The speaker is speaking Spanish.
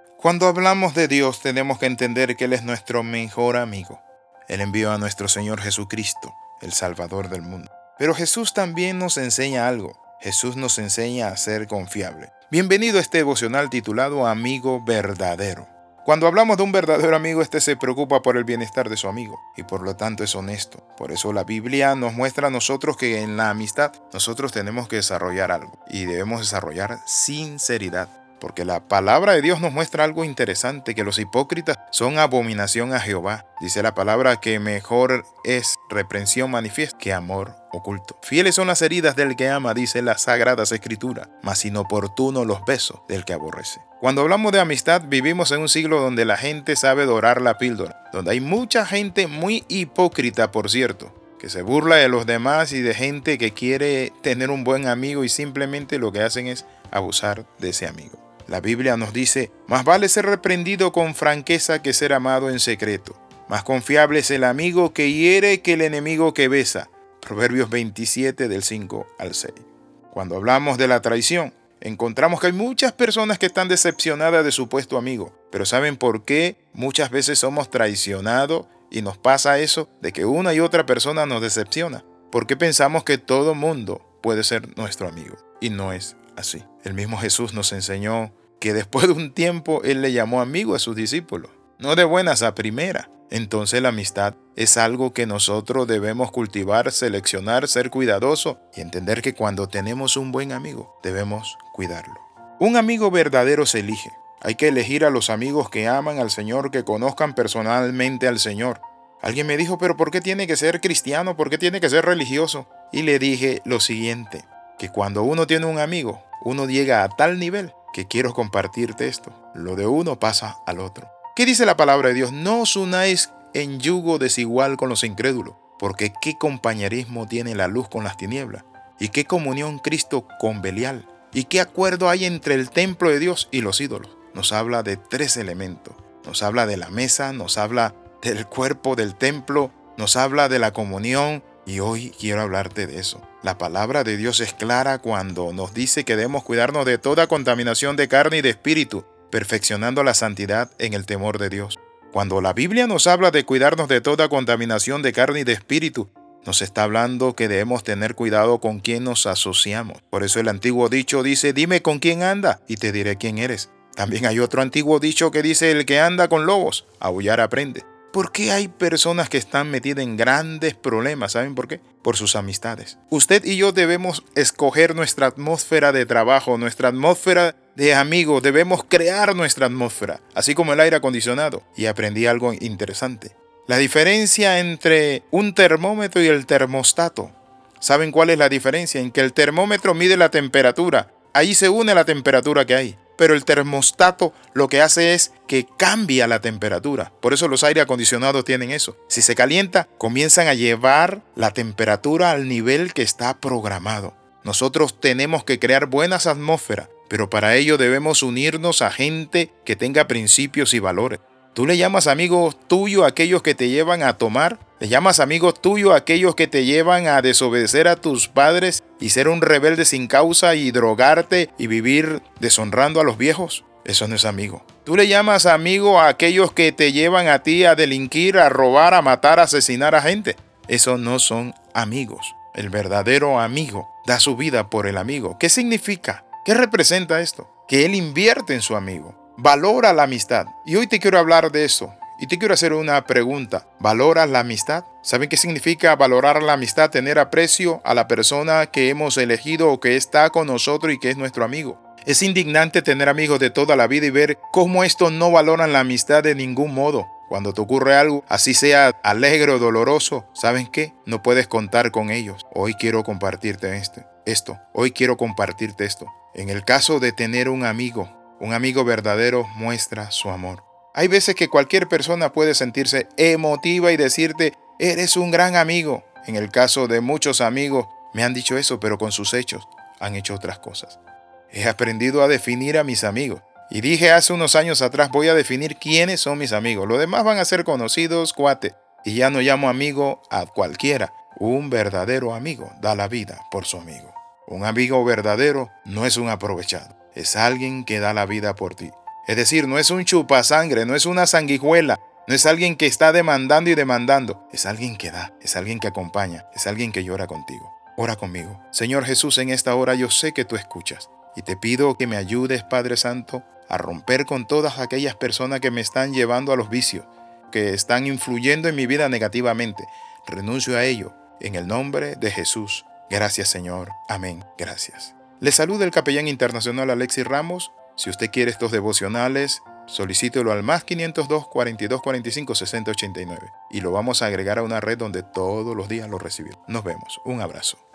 Cuando hablamos de Dios tenemos que entender que Él es nuestro mejor amigo. Él envió a nuestro Señor Jesucristo, el Salvador del mundo. Pero Jesús también nos enseña algo. Jesús nos enseña a ser confiable. Bienvenido a este devocional titulado Amigo Verdadero. Cuando hablamos de un verdadero amigo, este se preocupa por el bienestar de su amigo y por lo tanto es honesto. Por eso la Biblia nos muestra a nosotros que en la amistad nosotros tenemos que desarrollar algo y debemos desarrollar sinceridad. Porque la palabra de Dios nos muestra algo interesante, que los hipócritas son abominación a Jehová. Dice la palabra que mejor es reprensión manifiesta que amor oculto. Fieles son las heridas del que ama, dice las sagradas escrituras, mas inoportunos los besos del que aborrece. Cuando hablamos de amistad, vivimos en un siglo donde la gente sabe dorar la píldora, donde hay mucha gente muy hipócrita, por cierto, que se burla de los demás y de gente que quiere tener un buen amigo y simplemente lo que hacen es abusar de ese amigo. La Biblia nos dice, más vale ser reprendido con franqueza que ser amado en secreto. Más confiable es el amigo que hiere que el enemigo que besa. Proverbios 27 del 5 al 6. Cuando hablamos de la traición, encontramos que hay muchas personas que están decepcionadas de su supuesto amigo. Pero ¿saben por qué muchas veces somos traicionados y nos pasa eso de que una y otra persona nos decepciona? Porque pensamos que todo mundo puede ser nuestro amigo. Y no es así. El mismo Jesús nos enseñó que después de un tiempo Él le llamó amigo a sus discípulos, no de buenas a primera. Entonces la amistad es algo que nosotros debemos cultivar, seleccionar, ser cuidadoso y entender que cuando tenemos un buen amigo debemos cuidarlo. Un amigo verdadero se elige. Hay que elegir a los amigos que aman al Señor, que conozcan personalmente al Señor. Alguien me dijo, pero ¿por qué tiene que ser cristiano? ¿Por qué tiene que ser religioso? Y le dije lo siguiente, que cuando uno tiene un amigo, uno llega a tal nivel que quiero compartirte esto. Lo de uno pasa al otro. ¿Qué dice la palabra de Dios? No os unáis en yugo desigual con los incrédulos, porque qué compañerismo tiene la luz con las tinieblas, y qué comunión Cristo con Belial, y qué acuerdo hay entre el templo de Dios y los ídolos. Nos habla de tres elementos. Nos habla de la mesa, nos habla del cuerpo del templo, nos habla de la comunión, y hoy quiero hablarte de eso. La palabra de Dios es clara cuando nos dice que debemos cuidarnos de toda contaminación de carne y de espíritu, perfeccionando la santidad en el temor de Dios. Cuando la Biblia nos habla de cuidarnos de toda contaminación de carne y de espíritu, nos está hablando que debemos tener cuidado con quién nos asociamos. Por eso el antiguo dicho dice, dime con quién anda y te diré quién eres. También hay otro antiguo dicho que dice, el que anda con lobos, aullar aprende. ¿Por qué hay personas que están metidas en grandes problemas? ¿Saben por qué? Por sus amistades. Usted y yo debemos escoger nuestra atmósfera de trabajo, nuestra atmósfera de amigos. Debemos crear nuestra atmósfera, así como el aire acondicionado. Y aprendí algo interesante. La diferencia entre un termómetro y el termostato. ¿Saben cuál es la diferencia? En que el termómetro mide la temperatura. Ahí se une la temperatura que hay. Pero el termostato lo que hace es que cambia la temperatura. Por eso los aire acondicionados tienen eso. Si se calienta, comienzan a llevar la temperatura al nivel que está programado. Nosotros tenemos que crear buenas atmósferas, pero para ello debemos unirnos a gente que tenga principios y valores. ¿Tú le llamas amigos tuyos a aquellos que te llevan a tomar? ¿Le llamas amigos tuyos a aquellos que te llevan a desobedecer a tus padres y ser un rebelde sin causa y drogarte y vivir deshonrando a los viejos? Eso no es amigo. ¿Tú le llamas amigo a aquellos que te llevan a ti a delinquir, a robar, a matar, a asesinar a gente? Esos no son amigos. El verdadero amigo da su vida por el amigo. ¿Qué significa? ¿Qué representa esto? Que él invierte en su amigo. Valora la amistad. Y hoy te quiero hablar de eso. Y te quiero hacer una pregunta. ¿Valoras la amistad? ¿Saben qué significa valorar la amistad? Tener aprecio a la persona que hemos elegido o que está con nosotros y que es nuestro amigo. Es indignante tener amigos de toda la vida y ver cómo estos no valoran la amistad de ningún modo. Cuando te ocurre algo, así sea alegre o doloroso, ¿saben qué? No puedes contar con ellos. Hoy quiero compartirte esto. Hoy quiero compartirte esto. En el caso de tener un amigo verdadero muestra su amor. Hay veces que cualquier persona puede sentirse emotiva y decirte, eres un gran amigo. En el caso de muchos amigos me han dicho eso, pero con sus hechos han hecho otras cosas. He aprendido a definir a mis amigos. Y dije hace unos años atrás, voy a definir quiénes son mis amigos. Los demás van a ser conocidos, cuates. Y ya no llamo amigo a cualquiera. Un verdadero amigo da la vida por su amigo. Un amigo verdadero no es un aprovechado. Es alguien que da la vida por ti. Es decir, no es un chupasangre, no es una sanguijuela, no es alguien que está demandando y demandando. Es alguien que da, es alguien que acompaña, es alguien que llora contigo. Ora conmigo. Señor Jesús, en esta hora yo sé que tú escuchas y te pido que me ayudes, Padre Santo, a romper con todas aquellas personas que me están llevando a los vicios, que están influyendo en mi vida negativamente. Renuncio a ello en el nombre de Jesús. Gracias, Señor. Amén. Gracias. Le saluda el capellán internacional Alexis Ramos. Si usted quiere estos devocionales, solicítelo al más 502 42 45 60 89 y lo vamos a agregar a una red donde todos los días lo recibimos. Nos vemos. Un abrazo.